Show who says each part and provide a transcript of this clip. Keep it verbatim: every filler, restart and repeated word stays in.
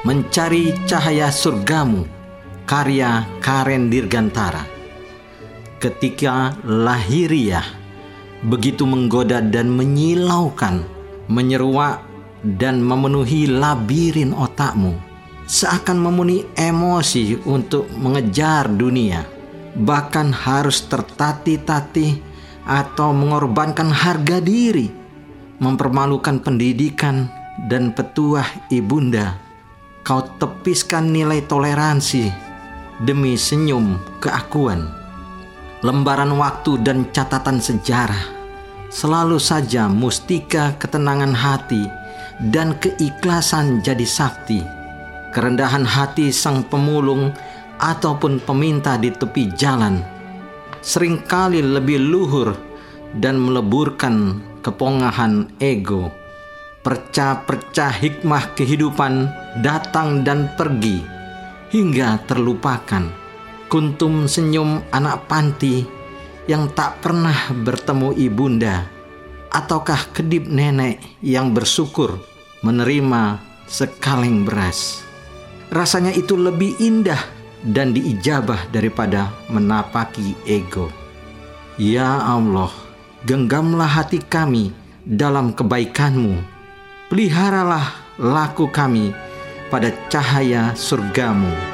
Speaker 1: Mencari Cahaya Surgamu, karya Karen Dirgantara. Ketika lahiriah begitu menggoda dan menyilaukan, menyeruak dan memenuhi labirin otakmu, seakan memenuhi emosi untuk mengejar dunia, bahkan harus tertatih-tatih atau mengorbankan harga diri, mempermalukan pendidikan dan petuah ibunda. Kau tepiskan nilai toleransi demi senyum keakuan. Lembaran waktu dan catatan sejarah selalu saja mustika ketenangan hati dan keikhlasan jadi sakti. Kerendahan hati sang pemulung ataupun peminta di tepi jalan seringkali lebih luhur dan meleburkan kepongahan ego. Perca-perca hikmah kehidupan datang dan pergi hingga terlupakan. Kuntum senyum anak panti yang tak pernah bertemu ibunda, ataukah kedip nenek yang bersyukur menerima sekaleng beras. Rasanya itu lebih indah dan diijabah daripada menapaki ego. Ya Allah, genggamlah hati kami dalam kebaikan-Mu. Peliharalah laku kami pada cahaya surga-Mu.